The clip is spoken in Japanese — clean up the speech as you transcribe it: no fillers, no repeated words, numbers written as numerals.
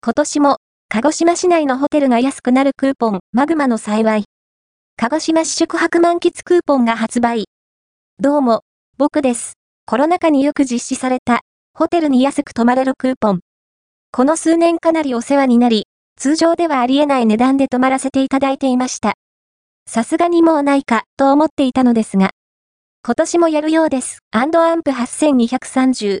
今年も、鹿児島市内のホテルが安くなるクーポン、マグマの幸い。鹿児島市宿泊満喫クーポンが発売。どうも、僕です。コロナ禍によく実施された、ホテルに安く泊まれるクーポン。この数年かなりお世話になり、通常ではありえない値段で泊まらせていただいていました。さすがにもうないか、と思っていたのですが。今年もやるようです。&アンプ8230。